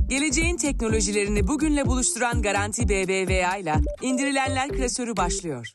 Geleceğin teknolojilerini bugünle buluşturan Garanti BBVA ile indirilenler klasörü başlıyor.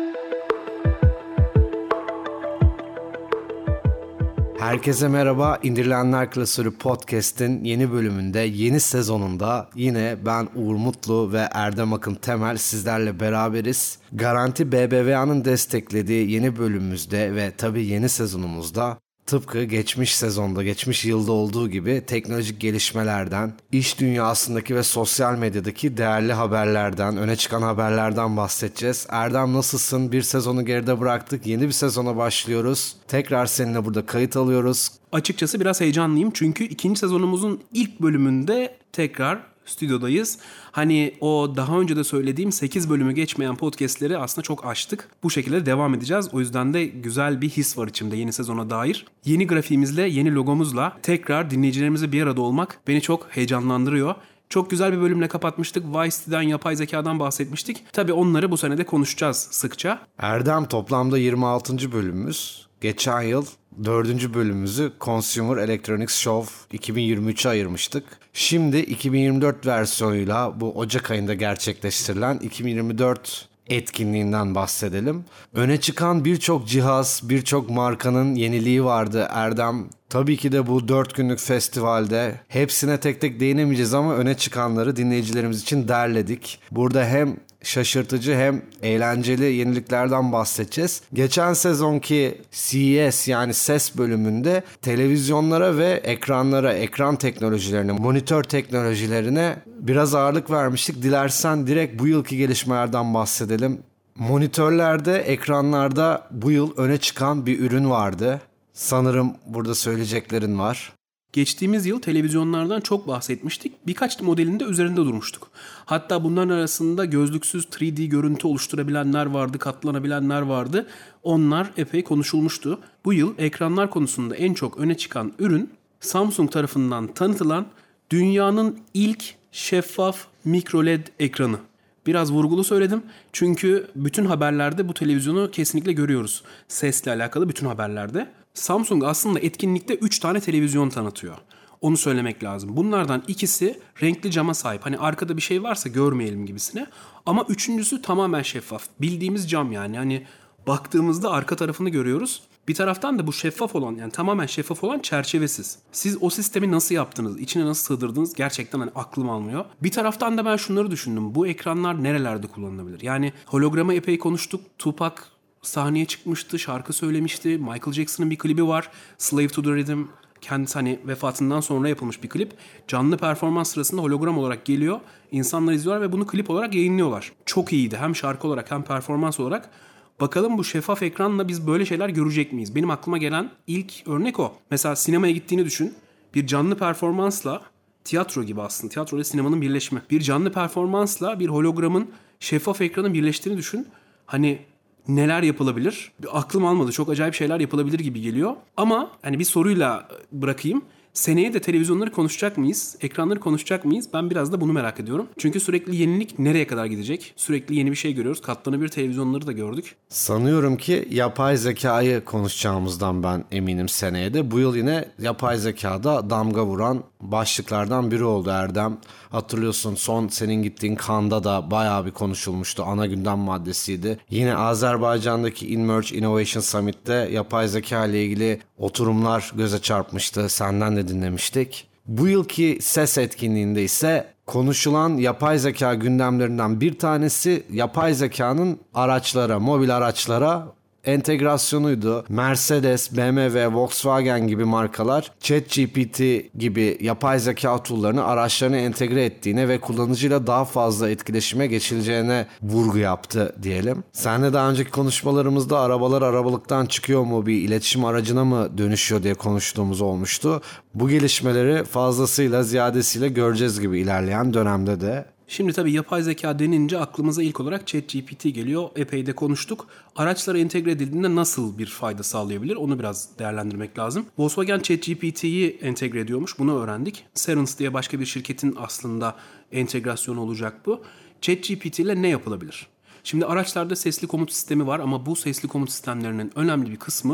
Herkese merhaba. İndirilenler Klasörü Podcast'in yeni bölümünde, yeni sezonunda yine ben Uğur Mutlu ve Erdem Akın Temel sizlerle beraberiz. Garanti BBVA'nın desteklediği yeni bölümümüzde ve tabii yeni sezonumuzda tıpkı geçmiş sezonda, geçmiş yılda olduğu gibi teknolojik gelişmelerden, iş dünyasındaki ve sosyal medyadaki değerli haberlerden, öne çıkan haberlerden bahsedeceğiz. Erdem nasılsın? Bir sezonu geride bıraktık. Yeni bir sezona başlıyoruz. Tekrar seninle burada kayıt alıyoruz. Açıkçası biraz heyecanlıyım çünkü ikinci sezonumuzun ilk bölümünde tekrar stüdyodayız. Hani o daha önce de söylediğim 8 bölümü geçmeyen podcastleri aslında çok aştık. Bu şekilde devam edeceğiz. O yüzden de güzel bir his var içimde yeni sezona dair. Yeni grafiğimizle, yeni logomuzla tekrar dinleyicilerimizle bir arada olmak beni çok heyecanlandırıyor. Çok güzel bir bölümle kapatmıştık. Vice City'den, yapay zekadan bahsetmiştik. Tabii onları bu sene de konuşacağız sıkça. Erdem, toplamda 26. bölümümüz. Geçen yıl 4. bölümümüzü Consumer Electronics Show 2023'e ayırmıştık. Şimdi 2024 versiyonuyla bu Ocak ayında gerçekleştirilen 2024 etkinliğinden bahsedelim. Öne çıkan birçok cihaz, birçok markanın yeniliği vardı Erdem. Tabii ki de bu 4 günlük festivalde hepsine tek tek değinemeyeceğiz ama öne çıkanları dinleyicilerimiz için derledik. Burada hem şaşırtıcı hem eğlenceli yeniliklerden bahsedeceğiz. Geçen sezonki CES yani ses bölümünde televizyonlara ve ekranlara, ekran teknolojilerine, monitör teknolojilerine biraz ağırlık vermiştik. Dilersen direkt bu yılki gelişmelerden bahsedelim. Monitörlerde, ekranlarda bu yıl öne çıkan bir ürün vardı. Sanırım burada söyleyeceklerin var. Geçtiğimiz yıl televizyonlardan çok bahsetmiştik. Birkaç modelinde üzerinde durmuştuk. Hatta bunların arasında gözlüksüz 3D görüntü oluşturabilenler vardı, katlanabilenler vardı. Onlar epey konuşulmuştu. Bu yıl ekranlar konusunda en çok öne çıkan ürün Samsung tarafından tanıtılan dünyanın ilk şeffaf mikro LED ekranı. Biraz vurgulu söyledim çünkü bütün haberlerde bu televizyonu kesinlikle görüyoruz. Sesle alakalı bütün haberlerde. Samsung aslında etkinlikte 3 tane televizyon tanıtıyor. Onu söylemek lazım. Bunlardan ikisi renkli cama sahip. Hani arkada bir şey varsa görmeyelim gibisine. Ama üçüncüsü tamamen şeffaf. Bildiğimiz cam yani. Hani baktığımızda arka tarafını görüyoruz. Bir taraftan da bu şeffaf olan, yani tamamen şeffaf olan çerçevesiz. Siz o sistemi nasıl yaptınız, içine nasıl sığdırdınız gerçekten hani aklım almıyor. Bir taraftan da ben şunları düşündüm. Bu ekranlar nerelerde kullanılabilir? Yani holograma epey konuştuk. Tupac sahneye çıkmıştı, şarkı söylemişti. Michael Jackson'ın bir klibi var. Slave to the Rhythm. Kendisi hani vefatından sonra yapılmış bir klip. Canlı performans sırasında hologram olarak geliyor. İnsanlar izliyorlar ve bunu klip olarak yayınlıyorlar. Çok iyiydi hem şarkı olarak hem performans olarak. Bakalım bu şeffaf ekranla biz böyle şeyler görecek miyiz? Benim aklıma gelen ilk örnek o. Mesela sinemaya gittiğini düşün. Bir canlı performansla, tiyatro gibi aslında, tiyatro ile sinemanın birleşimi. Bir canlı performansla bir hologramın şeffaf ekranın birleştiğini düşün. Hani neler yapılabilir? Aklım almadı. Çok acayip şeyler yapılabilir gibi geliyor. Ama hani bir soruyla bırakayım. Seneye de televizyonları konuşacak mıyız? Ekranları konuşacak mıyız? Ben biraz da bunu merak ediyorum. Çünkü sürekli yenilik nereye kadar gidecek? Sürekli yeni bir şey görüyoruz. Katlanabilir televizyonları da gördük. Sanıyorum ki yapay zekayı konuşacağımızdan ben eminim seneye de. Bu yıl yine yapay zekada damga vuran başlıklardan biri oldu Erdem. Hatırlıyorsun son senin gittiğin Cannes'da da bayağı bir konuşulmuştu. Ana gündem maddesiydi. Yine Azerbaycan'daki Inmerge Innovation Summit'te yapay zeka ile ilgili oturumlar göze çarpmıştı. Senden de dinlemiştik. Bu yılki ses etkinliğinde ise konuşulan yapay zeka gündemlerinden bir tanesi yapay zekanın araçlara, mobil araçlara entegrasyonuydu. Mercedes, BMW, Volkswagen gibi markalar ChatGPT gibi yapay zeka tool'larını araçlarına entegre ettiğine ve kullanıcıyla daha fazla etkileşime geçileceğine vurgu yaptı diyelim. Seninle daha önceki konuşmalarımızda arabalar arabalıktan çıkıyor mu, bir iletişim aracına mı dönüşüyor diye konuştuğumuz olmuştu. Bu gelişmeleri fazlasıyla, ziyadesiyle göreceğiz gibi ilerleyen dönemde de. Şimdi tabii yapay zeka denince aklımıza ilk olarak ChatGPT geliyor. Epey de konuştuk. Araçlara entegre edildiğinde nasıl bir fayda sağlayabilir? Onu biraz değerlendirmek lazım. Volkswagen ChatGPT'yi entegre ediyormuş. Bunu öğrendik. Cerence diye başka bir şirketin aslında entegrasyonu olacak bu. ChatGPT ile ne yapılabilir? Şimdi araçlarda sesli komut sistemi var ama bu sesli komut sistemlerinin önemli bir kısmı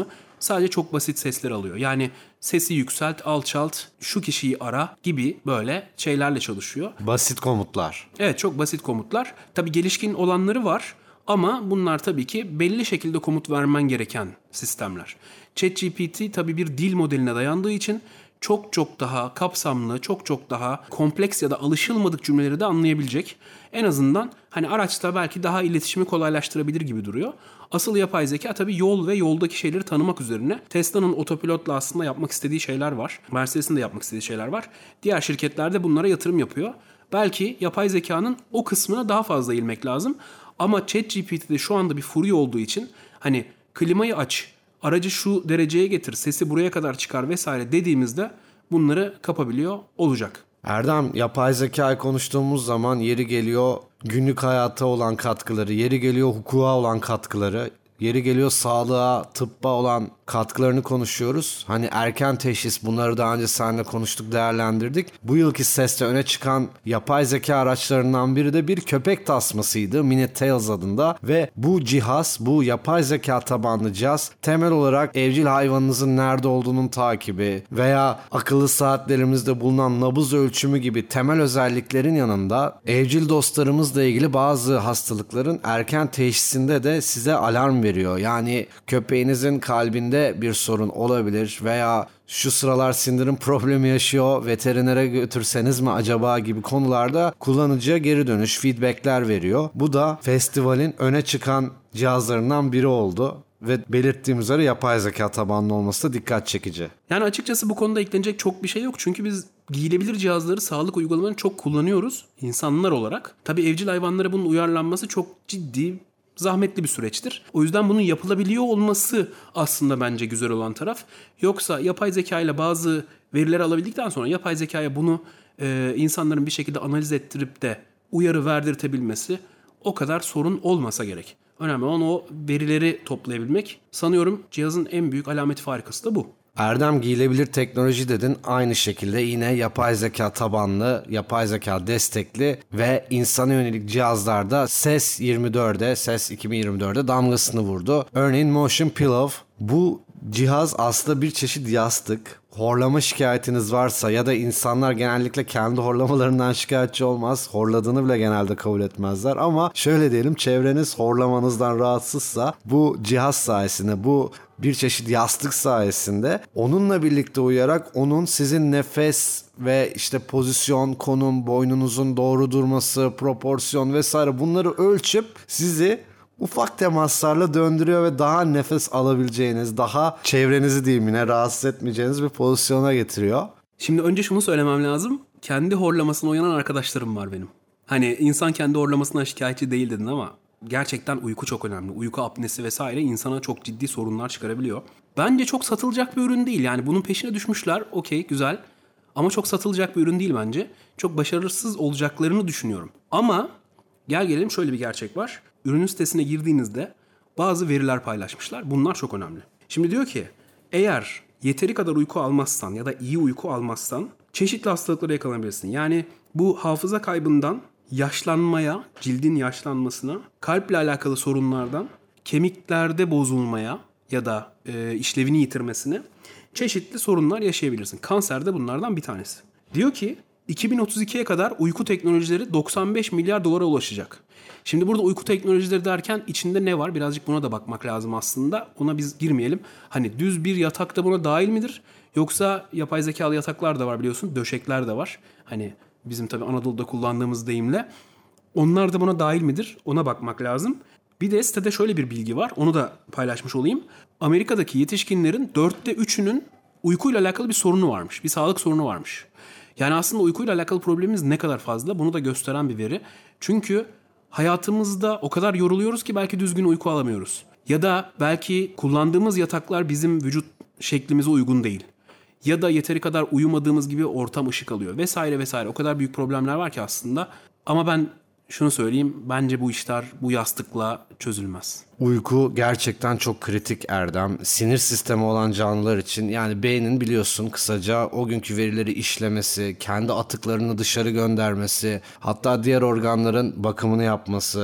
sadece çok basit sesler alıyor. Yani sesi yükselt, alçalt, şu kişiyi ara gibi böyle şeylerle çalışıyor. Basit komutlar. Evet, çok basit komutlar. Tabii gelişkin olanları var ama bunlar tabii ki belli şekilde komut vermen gereken sistemler. ChatGPT tabii bir dil modeline dayandığı için çok daha kapsamlı, çok daha kompleks ya da alışılmadık cümleleri de anlayabilecek. En azından hani araçta belki daha iletişimi kolaylaştırabilir gibi duruyor. Asıl yapay zeka tabii yol ve yoldaki şeyleri tanımak üzerine. Tesla'nın otopilotla aslında yapmak istediği şeyler var. Mercedes'in de yapmak istediği şeyler var. Diğer şirketler de bunlara yatırım yapıyor. Belki yapay zekanın o kısmına daha fazla eğilmek lazım. Ama ChatGPT'de şu anda bir furya olduğu için hani klimayı aç, aracı şu dereceye getir, sesi buraya kadar çıkar vesaire dediğimizde bunları kapabiliyor olacak. Erdem, yapay zekayı konuştuğumuz zaman yeri geliyor günlük hayata olan katkıları, yeri geliyor hukuka olan katkıları, yeri geliyor sağlığa, tıbba olan katkılarını konuşuyoruz. Hani erken teşhis, bunları daha önce seninle konuştuk, değerlendirdik. Bu yılki SES'te öne çıkan yapay zeka araçlarından biri de bir köpek tasmasıydı. Minitails adında ve bu cihaz, bu yapay zeka tabanlı cihaz temel olarak evcil hayvanınızın nerede olduğunun takibi veya akıllı saatlerimizde bulunan nabız ölçümü gibi temel özelliklerin yanında evcil dostlarımızla ilgili bazı hastalıkların erken teşhisinde de size alarm veriyor. Yani köpeğinizin kalbinde bir sorun olabilir veya şu sıralar sindirim problemi yaşıyor, veterinere götürseniz mi acaba gibi konularda kullanıcıya geri dönüş, feedbackler veriyor. Bu da festivalin öne çıkan cihazlarından biri oldu ve belirttiğim üzere yapay zeka tabanlı olması da dikkat çekici. Yani açıkçası bu konuda eklenecek çok bir şey yok. Çünkü biz giyilebilir cihazları sağlık uygulamalarını çok kullanıyoruz insanlar olarak. Tabii evcil hayvanlara bunun uyarlanması çok ciddi, zahmetli bir süreçtir. O yüzden bunun yapılabiliyor olması aslında bence güzel olan taraf. Yoksa yapay zeka ile bazı verileri alabildikten sonra yapay zekaya bunu insanların bir şekilde analiz ettirip de uyarı verdirtebilmesi o kadar sorun olmasa gerek. Önemli olan o verileri toplayabilmek. Sanıyorum cihazın en büyük alameti farikası da bu. Erdem, giyilebilir teknoloji dedin. Aynı şekilde yine yapay zeka tabanlı, yapay zeka destekli ve insana yönelik cihazlarda SES 24'e, SES 2024'e damgasını vurdu. Örneğin Motion Pillow. Bu cihaz aslında bir çeşit yastık. Horlama şikayetiniz varsa ya da insanlar genellikle kendi horlamalarından şikayetçi olmaz. Horladığını bile genelde kabul etmezler ama şöyle diyelim, çevreniz horlamanızdan rahatsızsa bu cihaz sayesinde, bu bir çeşit yastık sayesinde onunla birlikte uyuyarak onun sizin nefes ve işte pozisyon, konum, boynunuzun doğru durması, proporsiyon vesaire bunları ölçüp sizi ufak temaslarla döndürüyor ve daha nefes alabileceğiniz, daha çevrenizi diyeyim yine rahatsız etmeyeceğiniz bir pozisyona getiriyor. Şimdi önce şunu söylemem lazım. Kendi horlamasına uyanan arkadaşlarım var benim. Hani insan kendi horlamasından şikayetçi değil dedin ama gerçekten uyku çok önemli. Uyku apnesi vesaire insana çok ciddi sorunlar çıkarabiliyor. Bence çok satılacak bir ürün değil. Yani bunun peşine düşmüşler. Okey, güzel. Ama çok satılacak bir ürün değil bence. Çok başarısız olacaklarını düşünüyorum. Ama gel gelelim, şöyle bir gerçek var. Ürünün sitesine girdiğinizde bazı veriler paylaşmışlar. Bunlar çok önemli. Şimdi diyor ki eğer yeteri kadar uyku almazsan ya da iyi uyku almazsan çeşitli hastalıklara yakalanabilirsin. Yani bu hafıza kaybından yaşlanmaya, cildin yaşlanmasına, kalple alakalı sorunlardan, kemiklerde bozulmaya ya da işlevini yitirmesine çeşitli sorunlar yaşayabilirsin. Kanser de bunlardan bir tanesi. Diyor ki 2032'ye kadar uyku teknolojileri 95 milyar dolara ulaşacak. Şimdi burada uyku teknolojileri derken içinde ne var? Birazcık buna da bakmak lazım aslında. Ona biz girmeyelim. Hani düz bir yatak da buna dahil midir? Yoksa yapay zekalı yataklar da var biliyorsun. Döşekler de var. Hani bizim tabii Anadolu'da kullandığımız deyimle. Onlar da buna dahil midir? Ona bakmak lazım. Bir de sitede şöyle bir bilgi var. Onu da paylaşmış olayım. Amerika'daki yetişkinlerin 4'te 3'ünün uykuyla alakalı bir sorunu varmış. Bir sağlık sorunu varmış. Yani aslında uykuyla alakalı problemimiz ne kadar fazla bunu da gösteren bir veri. Çünkü hayatımızda o kadar yoruluyoruz ki belki düzgün uyku alamıyoruz. Ya da belki kullandığımız yataklar bizim vücut şeklimize uygun değil. Ya da yeteri kadar uyumadığımız gibi ortam ışık alıyor vesaire vesaire. O kadar büyük problemler var ki aslında. Ama ben şunu söyleyeyim, bence bu işler bu yastıkla çözülmez. Uyku gerçekten çok kritik Erdem. Sinir sistemi olan canlılar için, yani beynin biliyorsun kısaca o günkü verileri işlemesi, kendi atıklarını dışarı göndermesi, hatta diğer organların bakımını yapması,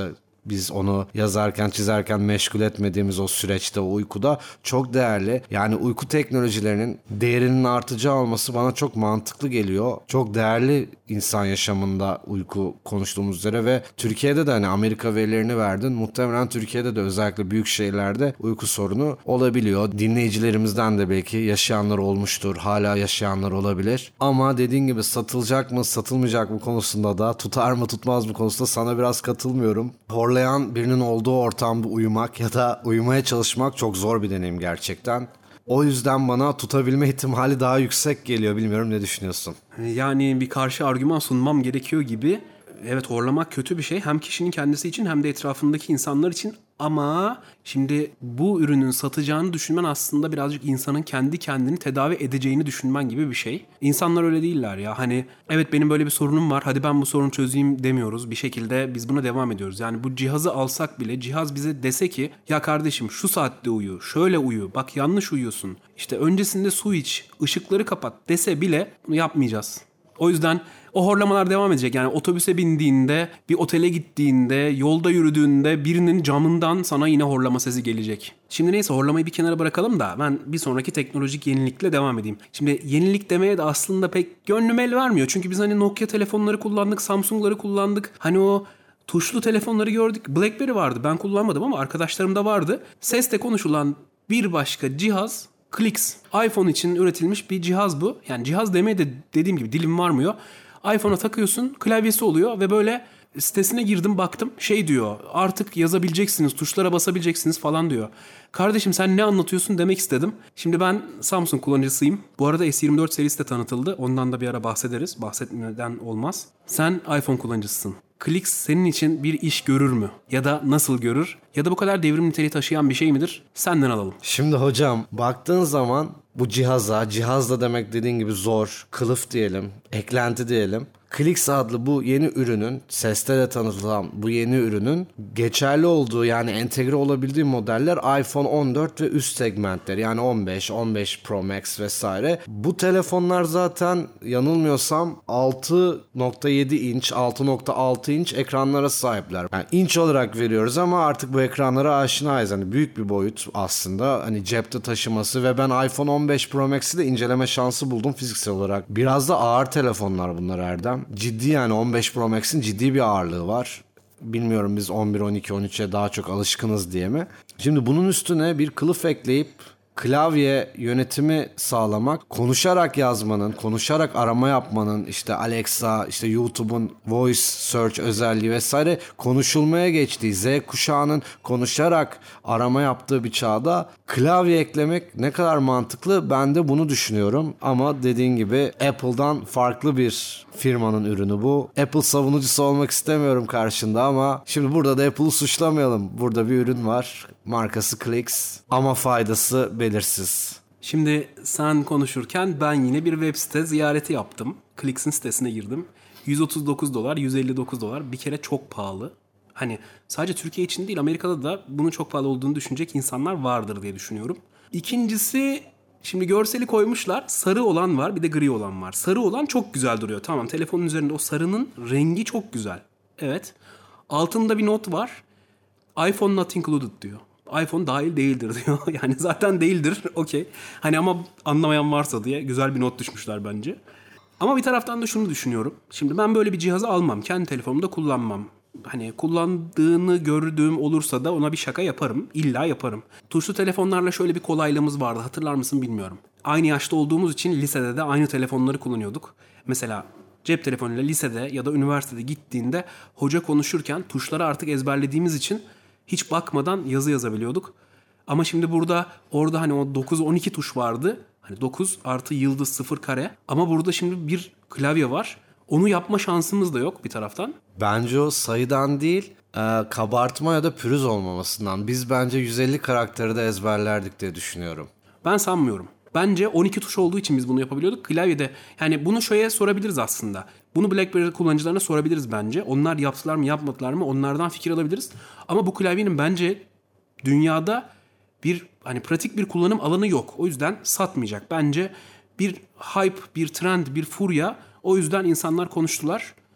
Biz onu yazarken çizerken meşgul etmediğimiz o süreçte, o uykuda çok değerli. Yani uyku teknolojilerinin değerinin artacağı olması bana çok mantıklı geliyor. Çok değerli insan yaşamında uyku, konuştuğumuz üzere ve Türkiye'de de hani Amerika verilerini verdin. Muhtemelen Türkiye'de de özellikle büyük şehirlerde uyku sorunu olabiliyor. Dinleyicilerimizden de belki yaşayanlar olmuştur. Hala yaşayanlar olabilir. Ama dediğin gibi satılacak mı, satılmayacak mı konusunda da, tutar mı tutmaz mı konusunda sana biraz katılmıyorum. Horlayan birinin olduğu ortamda uyumak ya da uyumaya çalışmak çok zor bir deneyim gerçekten. O yüzden bana tutabilme ihtimali daha yüksek geliyor. Bilmiyorum, ne düşünüyorsun? Yani bir karşı argüman sunmam gerekiyor gibi. Evet, horlamak kötü bir şey. Hem kişinin kendisi için hem de etrafındaki insanlar için. Ama şimdi bu ürünün satacağını düşünmen aslında birazcık insanın kendi kendini tedavi edeceğini düşünmen gibi bir şey. İnsanlar öyle değiller ya. Hani evet, benim böyle bir sorunum var, hadi ben bu sorunu çözeyim demiyoruz. Bir şekilde biz buna devam ediyoruz. Yani bu cihazı alsak bile, cihaz bize dese ki ya kardeşim şu saatte uyu, şöyle uyu, bak yanlış uyuyorsun, İşte öncesinde su iç, ışıkları kapat dese bile bunu yapmayacağız. O yüzden o horlamalar devam edecek. Yani otobüse bindiğinde, bir otele gittiğinde, yolda yürüdüğünde birinin camından sana yine horlama sesi gelecek. Şimdi neyse, horlamayı bir kenara bırakalım da ben bir sonraki teknolojik yenilikle devam edeyim. Şimdi yenilik demeye de aslında pek gönlüm el vermiyor. Çünkü biz hani Nokia telefonları kullandık, Samsung'ları kullandık. Hani o tuşlu telefonları gördük. BlackBerry vardı. Ben kullanmadım ama arkadaşlarımda vardı. Sesle konuşulan bir başka cihaz Clix. iPhone için üretilmiş bir cihaz bu. Yani cihaz demeye de dediğim gibi dilim varmıyor. iPhone'a takıyorsun, klavyesi oluyor ve böyle sitesine girdim, baktım, şey diyor, artık yazabileceksiniz, tuşlara basabileceksiniz falan diyor. Kardeşim sen ne anlatıyorsun demek istedim. Şimdi ben Samsung kullanıcısıyım. Bu arada S24 serisi de tanıtıldı. Ondan da bir ara bahsederiz. Bahsetmeden olmaz. Sen iPhone kullanıcısın. Clix senin için bir iş görür mü? Ya da nasıl görür? Ya da bu kadar devrim niteliği taşıyan bir şey midir? Senden alalım. Şimdi hocam, baktığın zaman bu cihaz da demek dediğin gibi zor, kılıf diyelim, eklenti diyelim. Clix adlı bu yeni ürünün, seste de tanıtılan bu yeni ürünün geçerli olduğu, yani entegre olabildiği modeller iPhone 14 ve üst segmentleri, yani 15, 15 Pro Max vesaire. Bu telefonlar zaten yanılmıyorsam 6.7 inç, 6.6 inç ekranlara sahipler. Yani inç olarak veriyoruz ama artık bu ekranlara aşinayız. Hani büyük bir boyut aslında, hani cepte taşıması ve ben iPhone 15 Pro Max'i de inceleme şansı buldum fiziksel olarak. Biraz da ağır telefonlar bunlar Erdem. Ciddi, yani 15 Pro Max'in ciddi bir ağırlığı var. Bilmiyorum biz 11, 12, 13'e daha çok alışkınız diye mi? Şimdi bunun üstüne bir kılıf ekleyip klavye yönetimi sağlamak, konuşarak yazmanın, konuşarak arama yapmanın, işte Alexa, işte YouTube'un Voice Search özelliği vesaire konuşulmaya geçtiği, Z kuşağının konuşarak arama yaptığı bir çağda klavye eklemek ne kadar mantıklı, ben de bunu düşünüyorum. Ama dediğin gibi Apple'dan farklı bir firmanın ürünü bu. Apple savunucusu olmak istemiyorum karşında ama şimdi burada da Apple'ı suçlamayalım. Burada bir ürün var. Markası Clix ama faydası belirsiz. Şimdi sen konuşurken ben yine bir web site ziyareti yaptım. Clix'in sitesine girdim. $139, $159 bir kere çok pahalı. Hani sadece Türkiye için değil, Amerika'da da bunun çok pahalı olduğunu düşünecek insanlar vardır diye düşünüyorum. İkincisi, şimdi görseli koymuşlar. Sarı olan var, bir de gri olan var. Sarı olan çok güzel duruyor. Tamam, telefonun üzerinde o sarının rengi çok güzel. Evet. Altında bir not var. iPhone not included diyor. iPhone dahil değildir diyor. Yani zaten değildir. Okey. Hani ama anlamayan varsa diye güzel bir not düşmüşler bence. Ama bir taraftan da şunu düşünüyorum. Şimdi ben böyle bir cihazı almam. Kendi telefonumda kullanmam. Hani kullandığını gördüğüm olursa da ona bir şaka yaparım. İlla yaparım. Tuşlu telefonlarla şöyle bir kolaylığımız vardı. Hatırlar mısın bilmiyorum. Aynı yaşta olduğumuz için lisede de aynı telefonları kullanıyorduk. Mesela cep telefonuyla lisede ya da üniversitede gittiğinde hoca konuşurken tuşları artık ezberlediğimiz için hiç bakmadan yazı yazabiliyorduk. Ama şimdi orada hani o 9-12 tuş vardı. Hani 9 artı yıldız 0 kare. Ama burada şimdi bir klavye var. Onu yapma şansımız da yok bir taraftan. Bence o sayıdan değil, kabartma ya da pürüz olmamasından. Biz bence 150 karakteri de ezberlerdik diye düşünüyorum. Ben sanmıyorum. Bence 12 tuş olduğu için biz bunu yapabiliyorduk. Klavyede, yani bunu şöyle sorabiliriz aslında. Bunu BlackBerry kullanıcılarına sorabiliriz bence. Onlar yaptılar mı yapmadılar mı, onlardan fikir alabiliriz. Ama bu klavyenin bence dünyada bir hani pratik bir kullanım alanı yok. O yüzden satmayacak. Bence bir hype, bir trend, bir furya. O yüzden insanlar konuştular.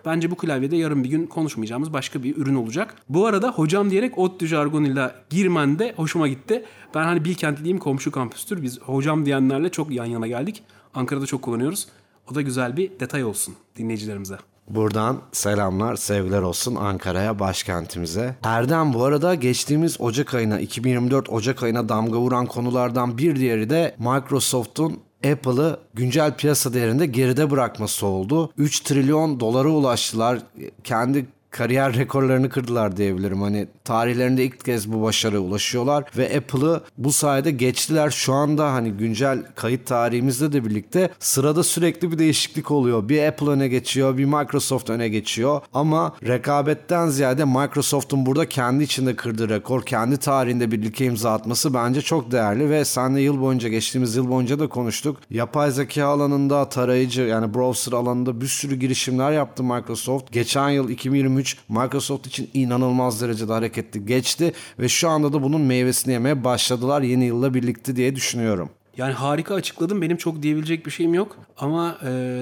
Bence bu klavyede yarın bir gün konuşmayacağımız başka bir ürün olacak. Bu arada hocam diyerek ODTÜ jargonuyla girmen de hoşuma gitti. Ben hani Bilkentliyim, komşu kampüstür. Biz hocam diyenlerle çok yan yana geldik. Ankara'da çok kullanıyoruz. O da güzel bir detay olsun dinleyicilerimize. Buradan selamlar, sevgiler olsun Ankara'ya, başkentimize. Erdem, bu arada geçtiğimiz Ocak ayına, 2024 Ocak ayına damga vuran konulardan bir diğeri de Microsoft'un Apple'ı güncel piyasa değerinde geride bırakması oldu. 3 trilyon dolara ulaştılar. Kendi kariyer rekorlarını kırdılar diyebilirim. Hani tarihlerinde ilk kez bu başarıya ulaşıyorlar ve Apple'ı bu sayede geçtiler. Şu anda hani güncel kayıt tarihimizle de birlikte sırada sürekli bir değişiklik oluyor. Bir Apple öne geçiyor, bir Microsoft öne geçiyor. Ama rekabetten ziyade Microsoft'un burada kendi içinde kırdığı rekor, kendi tarihinde bir ilke imza atması bence çok değerli ve seninle geçtiğimiz yıl boyunca da konuştuk. Yapay zeka alanında, tarayıcı yani browser alanında bir sürü girişimler yaptı Microsoft. Geçen yıl 2023 Microsoft için inanılmaz derecede hareketli geçti ve şu anda da bunun meyvesini yemeye başladılar yeni yılla birlikte diye düşünüyorum. Yani harika açıkladım. Benim çok diyebilecek bir şeyim yok. Ama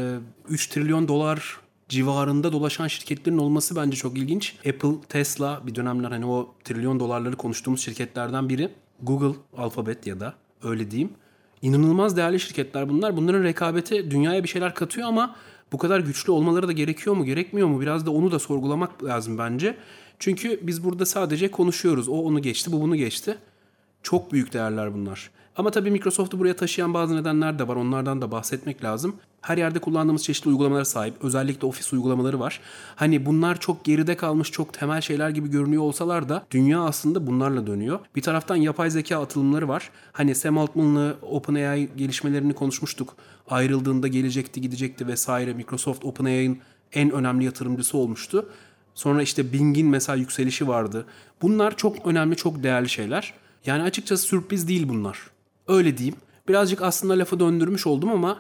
3 trilyon dolar civarında dolaşan şirketlerin olması bence çok ilginç. Apple, Tesla bir dönemler hani o trilyon dolarları konuştuğumuz şirketlerden biri. Google, Alphabet ya da öyle diyeyim. İnanılmaz değerli şirketler bunlar. Bunların rekabeti dünyaya bir şeyler katıyor ama bu kadar güçlü olmaları da gerekiyor mu, gerekmiyor mu? Biraz da onu da sorgulamak lazım bence. Çünkü biz burada sadece konuşuyoruz. O onu geçti, bu bunu geçti. Çok büyük değerler bunlar. Ama tabii Microsoft'u buraya taşıyan bazı nedenler de var. Onlardan da bahsetmek lazım. Her yerde kullandığımız çeşitli uygulamalara sahip. Özellikle ofis uygulamaları var. Hani bunlar çok geride kalmış, çok temel şeyler gibi görünüyor olsalar da dünya aslında bunlarla dönüyor. Bir taraftan yapay zeka atılımları var. Hani Sam Altman'lı OpenAI gelişmelerini konuşmuştuk. Ayrıldığında gelecekti, gidecekti vesaire. Microsoft OpenAI'nin en önemli yatırımcısı olmuştu. Sonra işte Bing'in mesela yükselişi vardı. Bunlar çok önemli, çok değerli şeyler. Yani açıkçası sürpriz değil bunlar. Öyle diyeyim. Birazcık aslında lafı döndürmüş oldum ama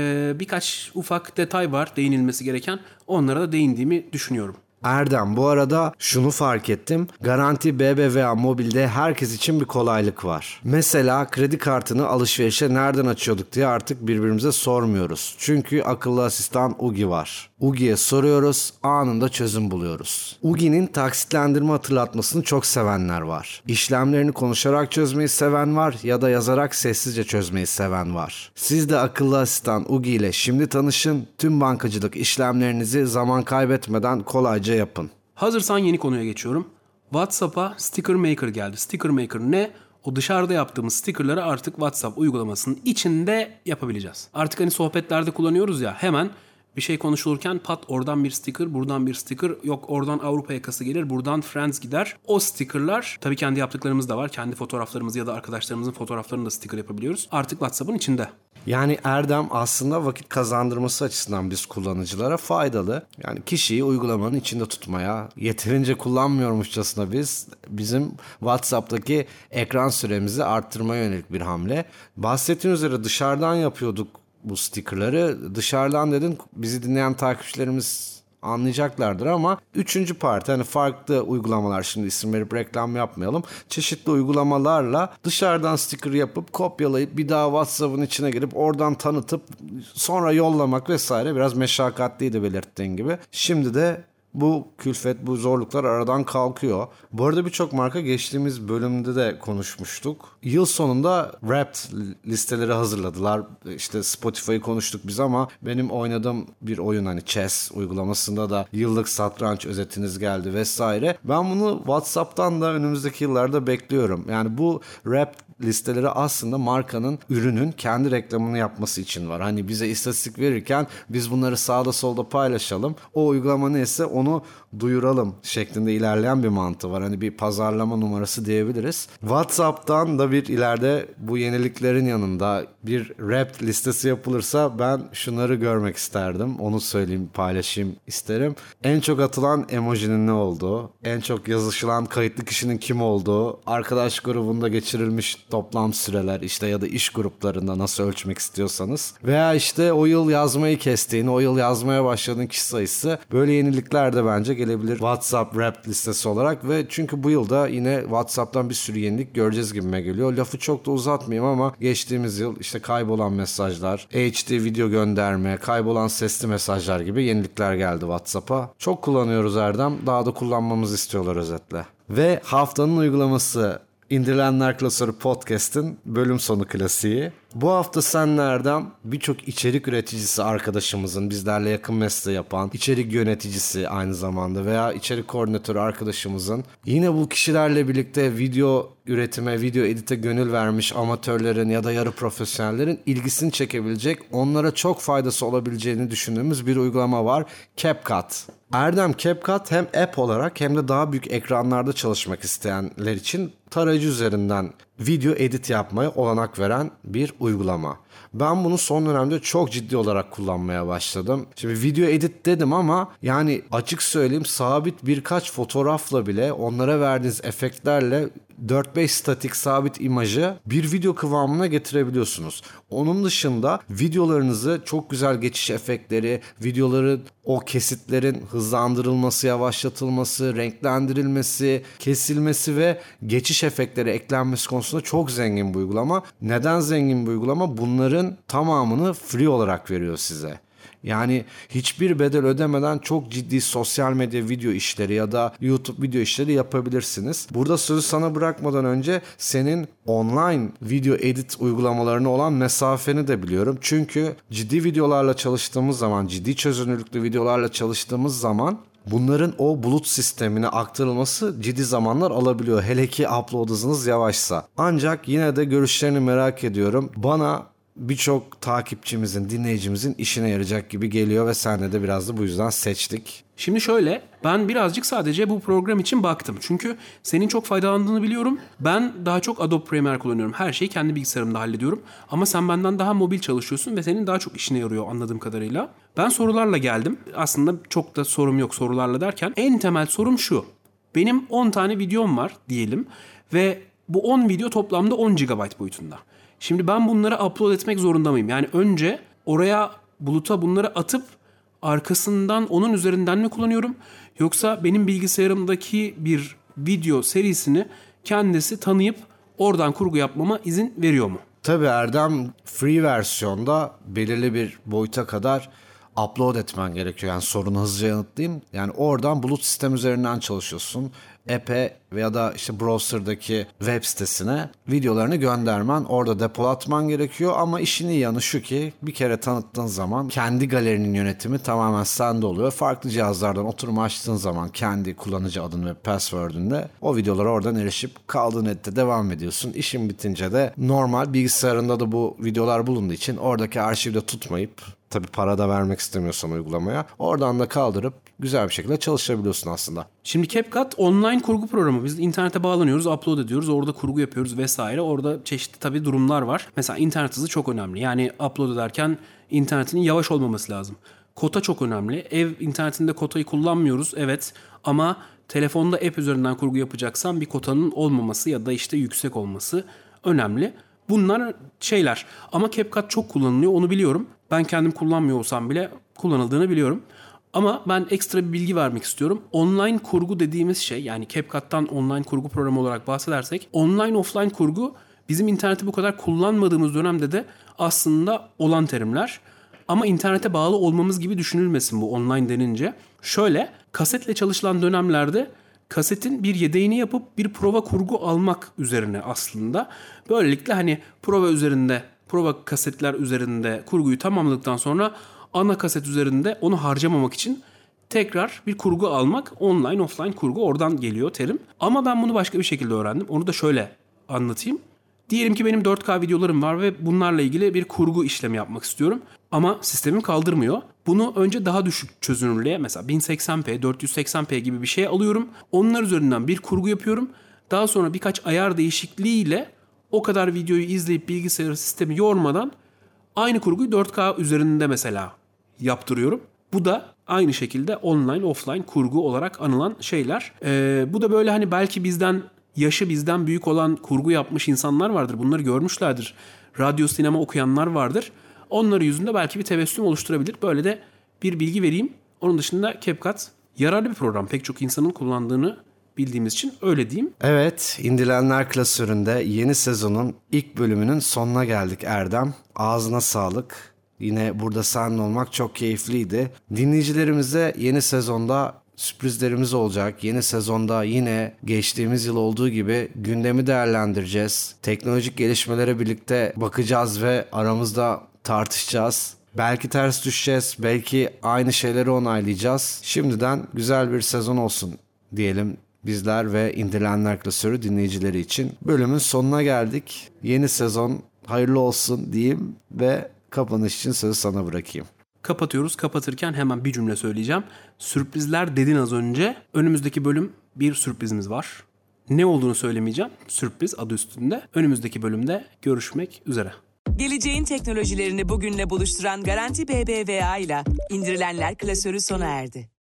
birkaç ufak detay var değinilmesi gereken. Onlara da değindiğimi düşünüyorum. Erdem, bu arada şunu fark ettim. Garanti BBVA Mobil'de herkes için bir kolaylık var. Mesela kredi kartını alışverişe nereden açıyorduk diye artık birbirimize sormuyoruz. Çünkü akıllı asistan Ugi var. Ugi'ye soruyoruz, anında çözüm buluyoruz. Ugi'nin taksitlendirme hatırlatmasını çok sevenler var. İşlemlerini konuşarak çözmeyi seven var ya da yazarak sessizce çözmeyi seven var. Siz de akıllı asistan Ugi ile şimdi tanışın. Tüm bankacılık işlemlerinizi zaman kaybetmeden kolayca yapın. Hazırsan yeni konuya geçiyorum. WhatsApp'a Sticker Maker geldi. Sticker Maker ne? O dışarıda yaptığımız stickerları artık WhatsApp uygulamasının içinde yapabileceğiz. Artık hani sohbetlerde kullanıyoruz ya, hemen bir şey konuşulurken pat oradan bir sticker, buradan bir sticker, yok oradan Avrupa yakası gelir, buradan Friends gider. O stickerlar, tabii kendi yaptıklarımız da var. Kendi fotoğraflarımızı ya da arkadaşlarımızın fotoğraflarını da sticker yapabiliyoruz. Artık WhatsApp'ın içinde. Yani Erdem, aslında vakit kazandırması açısından biz kullanıcılara faydalı. Yani kişiyi uygulamanın içinde tutmaya, yeterince kullanmıyormuşçasına bizim WhatsApp'taki ekran süremizi arttırmaya yönelik bir hamle. Bahsettiğin üzere dışarıdan yapıyorduk bu stickerları. Dışarıdan dedin, bizi dinleyen takipçilerimiz anlayacaklardır ama üçüncü parti, hani farklı uygulamalar, şimdi isim verip reklam yapmayalım, çeşitli uygulamalarla dışarıdan sticker yapıp kopyalayıp bir daha WhatsApp'ın içine girip oradan tanıtıp sonra yollamak vesaire biraz meşakkatliydi belirttiğin gibi. Şimdi de bu külfet, bu zorluklar aradan kalkıyor. Bu arada birçok marka, geçtiğimiz bölümde de konuşmuştuk, yıl sonunda Wrapped listeleri hazırladılar. İşte Spotify'ı konuştuk biz ama benim oynadığım bir oyun, hani Chess uygulamasında da yıllık satranç özetiniz geldi vesaire. Ben bunu WhatsApp'tan da önümüzdeki yıllarda bekliyorum. Yani bu Wrapped listeleri aslında markanın, ürünün kendi reklamını yapması için var. Hani bize istatistik verirken biz bunları sağda solda paylaşalım. O uygulama neyse onu duyuralım şeklinde ilerleyen bir mantığı var. Hani bir pazarlama numarası diyebiliriz. WhatsApp'tan da bir ileride bu yeniliklerin yanında bir Wrapped listesi yapılırsa ben şunları görmek isterdim. Onu söyleyeyim, paylaşayım isterim. En çok atılan emojinin ne olduğu, en çok yazışılan kayıtlı kişinin kim olduğu, arkadaş grubunda geçirilmiş toplam süreler işte ya da iş gruplarında nasıl ölçmek istiyorsanız veya işte o yıl yazmayı kestiğin, o yıl yazmaya başladığın kişi sayısı, böyle yenilikler de bence gelebilir WhatsApp Wrapped listesi olarak. Ve çünkü bu yılda yine WhatsApp'tan bir sürü yenilik göreceğiz gibime geliyor. Lafı çok da uzatmayayım ama geçtiğimiz yıl işte kaybolan mesajlar, HD video gönderme, kaybolan sesli mesajlar gibi yenilikler geldi WhatsApp'a. Çok kullanıyoruz Erdem. Daha da kullanmamızı istiyorlar özetle. Ve haftanın uygulaması İndirilenler Klasörü Podcast'in bölüm sonu klasiği. Bu hafta senle Erdem birçok içerik üreticisi arkadaşımızın, bizlerle yakın mesleği yapan, içerik yöneticisi aynı zamanda veya içerik koordinatörü arkadaşımızın, yine bu kişilerle birlikte video üretime, video edite gönül vermiş amatörlerin ya da yarı profesyonellerin ilgisini çekebilecek, onlara çok faydası olabileceğini düşündüğümüz bir uygulama var. CapCut. Erdem, CapCut hem app olarak hem de daha büyük ekranlarda çalışmak isteyenler için tarayıcı üzerinden video edit yapmaya olanak veren bir uygulama. Ben bunu son dönemde çok ciddi olarak kullanmaya başladım. Şimdi video edit dedim ama yani açık söyleyeyim, sabit birkaç fotoğrafla bile, onlara verdiğiniz efektlerle 4-5 statik sabit imajı bir video kıvamına getirebiliyorsunuz. Onun dışında videolarınızı çok güzel geçiş efektleri, videoların o kesitlerin hızlandırılması, yavaşlatılması, renklendirilmesi, kesilmesi ve geçiş efektleri eklenmesi konusunda çok zengin bu uygulama. Neden zengin bu uygulama? Bunların tamamını free olarak veriyor size. Yani hiçbir bedel ödemeden çok ciddi sosyal medya video işleri ya da YouTube video işleri yapabilirsiniz. Burada sözü sana bırakmadan önce senin online video edit uygulamalarına olan mesafeni de biliyorum. Çünkü ciddi videolarla çalıştığımız zaman, ciddi çözünürlüklü videolarla çalıştığımız zaman bunların o bulut sistemine aktarılması ciddi zamanlar alabiliyor. Hele ki upload hızınız yavaşsa. Ancak yine de görüşlerini merak ediyorum. Bana birçok takipçimizin, dinleyicimizin işine yarayacak gibi geliyor ve senle de biraz da bu yüzden seçtik. Şimdi şöyle, ben birazcık sadece bu program için baktım. Çünkü senin çok faydalandığını biliyorum. Ben daha çok Adobe Premiere kullanıyorum. Her şeyi kendi bilgisayarımda hallediyorum. Ama sen benden daha mobil çalışıyorsun ve senin daha çok işine yarıyor anladığım kadarıyla. Ben sorularla geldim. Aslında çok da sorum yok sorularla derken. En temel sorum şu. Benim 10 tane videom var diyelim ve bu 10 video toplamda 10 GB boyutunda. Şimdi ben bunları upload etmek zorunda mıyım? Yani önce oraya, buluta bunları atıp arkasından onun üzerinden mi kullanıyorum? Yoksa benim bilgisayarımdaki bir video serisini kendisi tanıyıp oradan kurgu yapmama izin veriyor mu? Tabii Erdem, free versiyonda belirli bir boyuta kadar upload etmen gerekiyor. Yani sorunu hızlıca yanıtlayayım. Yani oradan bulut sistem üzerinden çalışıyorsun. App'e veya da işte browser'daki web sitesine videolarını göndermen, orada depolatman gerekiyor. Ama işin iyi yanı şu ki bir kere tanıttığın zaman kendi galerinin yönetimi tamamen sende oluyor. Farklı cihazlardan oturumu açtığın zaman kendi kullanıcı adın ve password'ünle o videolara oradan erişip kaldığın nette devam ediyorsun. İşin bitince de normal bilgisayarında da bu videolar bulunduğu için oradaki arşivde tutmayıp, tabii para da vermek istemiyorsan uygulamaya, oradan da kaldırıp güzel bir şekilde çalışabiliyorsun aslında. Şimdi CapCut online kurgu programı. Biz internete bağlanıyoruz, upload ediyoruz, orada kurgu yapıyoruz vesaire. Orada çeşitli tabii durumlar var. Mesela internet hızı çok önemli. Yani upload ederken internetinin yavaş olmaması lazım. Kota çok önemli. Ev internetinde kotayı kullanmıyoruz, evet, ama telefonda app üzerinden kurgu yapacaksan bir kotanın olmaması ya da işte yüksek olması önemli. Bunlar şeyler. Ama CapCut çok kullanılıyor, onu biliyorum. Ben kendim kullanmıyor olsam bile kullanıldığını biliyorum. Ama ben ekstra bir bilgi vermek istiyorum. Online kurgu dediğimiz şey, yani CapCut'tan online kurgu programı olarak bahsedersek, online offline kurgu bizim interneti bu kadar kullanmadığımız dönemde de aslında olan terimler. Ama internete bağlı olmamız gibi düşünülmesin bu online denince. Şöyle, kasetle çalışılan dönemlerde kasetin bir yedeğini yapıp bir prova kurgu almak üzerine aslında. Böylelikle hani prova kasetler üzerinde kurguyu tamamladıktan sonra ana kaset üzerinde onu harcamamak için tekrar bir kurgu almak, online offline kurgu, oradan geliyor terim. Ama ben bunu başka bir şekilde öğrendim. Onu da şöyle anlatayım. Diyelim ki benim 4K videolarım var ve bunlarla ilgili bir kurgu işlemi yapmak istiyorum. Ama sistemim kaldırmıyor. Bunu önce daha düşük çözünürlüğe, mesela 1080p, 480p gibi bir şey alıyorum. Onlar üzerinden bir kurgu yapıyorum. Daha sonra birkaç ayar değişikliğiyle o kadar videoyu izleyip bilgisayar sistemi yormadan aynı kurguyu 4K üzerinde mesela yaptırıyorum. Bu da aynı şekilde online offline kurgu olarak anılan şeyler. Bu da böyle hani belki bizden yaşı bizden büyük olan kurgu yapmış insanlar vardır. Bunları görmüşlerdir. Radyo, sinema okuyanlar vardır. Onların yüzünde belki bir tebessüm oluşturabilir. Böyle de bir bilgi vereyim. Onun dışında CapCut yararlı bir program. Pek çok insanın kullandığını bildiğimiz için öyle diyeyim. Evet, İndirilenler klasöründe yeni sezonun ilk bölümünün sonuna geldik Erdem. Ağzına sağlık. Yine burada seninle olmak çok keyifliydi. Dinleyicilerimize yeni sezonda sürprizlerimiz olacak. Yeni sezonda yine geçtiğimiz yıl olduğu gibi gündemi değerlendireceğiz. Teknolojik gelişmelere birlikte bakacağız ve aramızda tartışacağız. Belki ters düşeceğiz, belki aynı şeyleri onaylayacağız. Şimdiden güzel bir sezon olsun diyelim bizler ve İndirilenler Klasörü dinleyicileri için. Bölümün sonuna geldik. Yeni sezon hayırlı olsun diyeyim ve kapanış için sözü sana bırakayım. Kapatıyoruz. Kapatırken hemen bir cümle söyleyeceğim. Sürprizler dedin az önce. Önümüzdeki bölüm bir sürprizimiz var. Ne olduğunu söylemeyeceğim. Sürpriz adı üstünde. Önümüzdeki bölümde görüşmek üzere. Geleceğin teknolojilerini bugünle buluşturan Garanti BBVA ile İndirilenler klasörü sona erdi.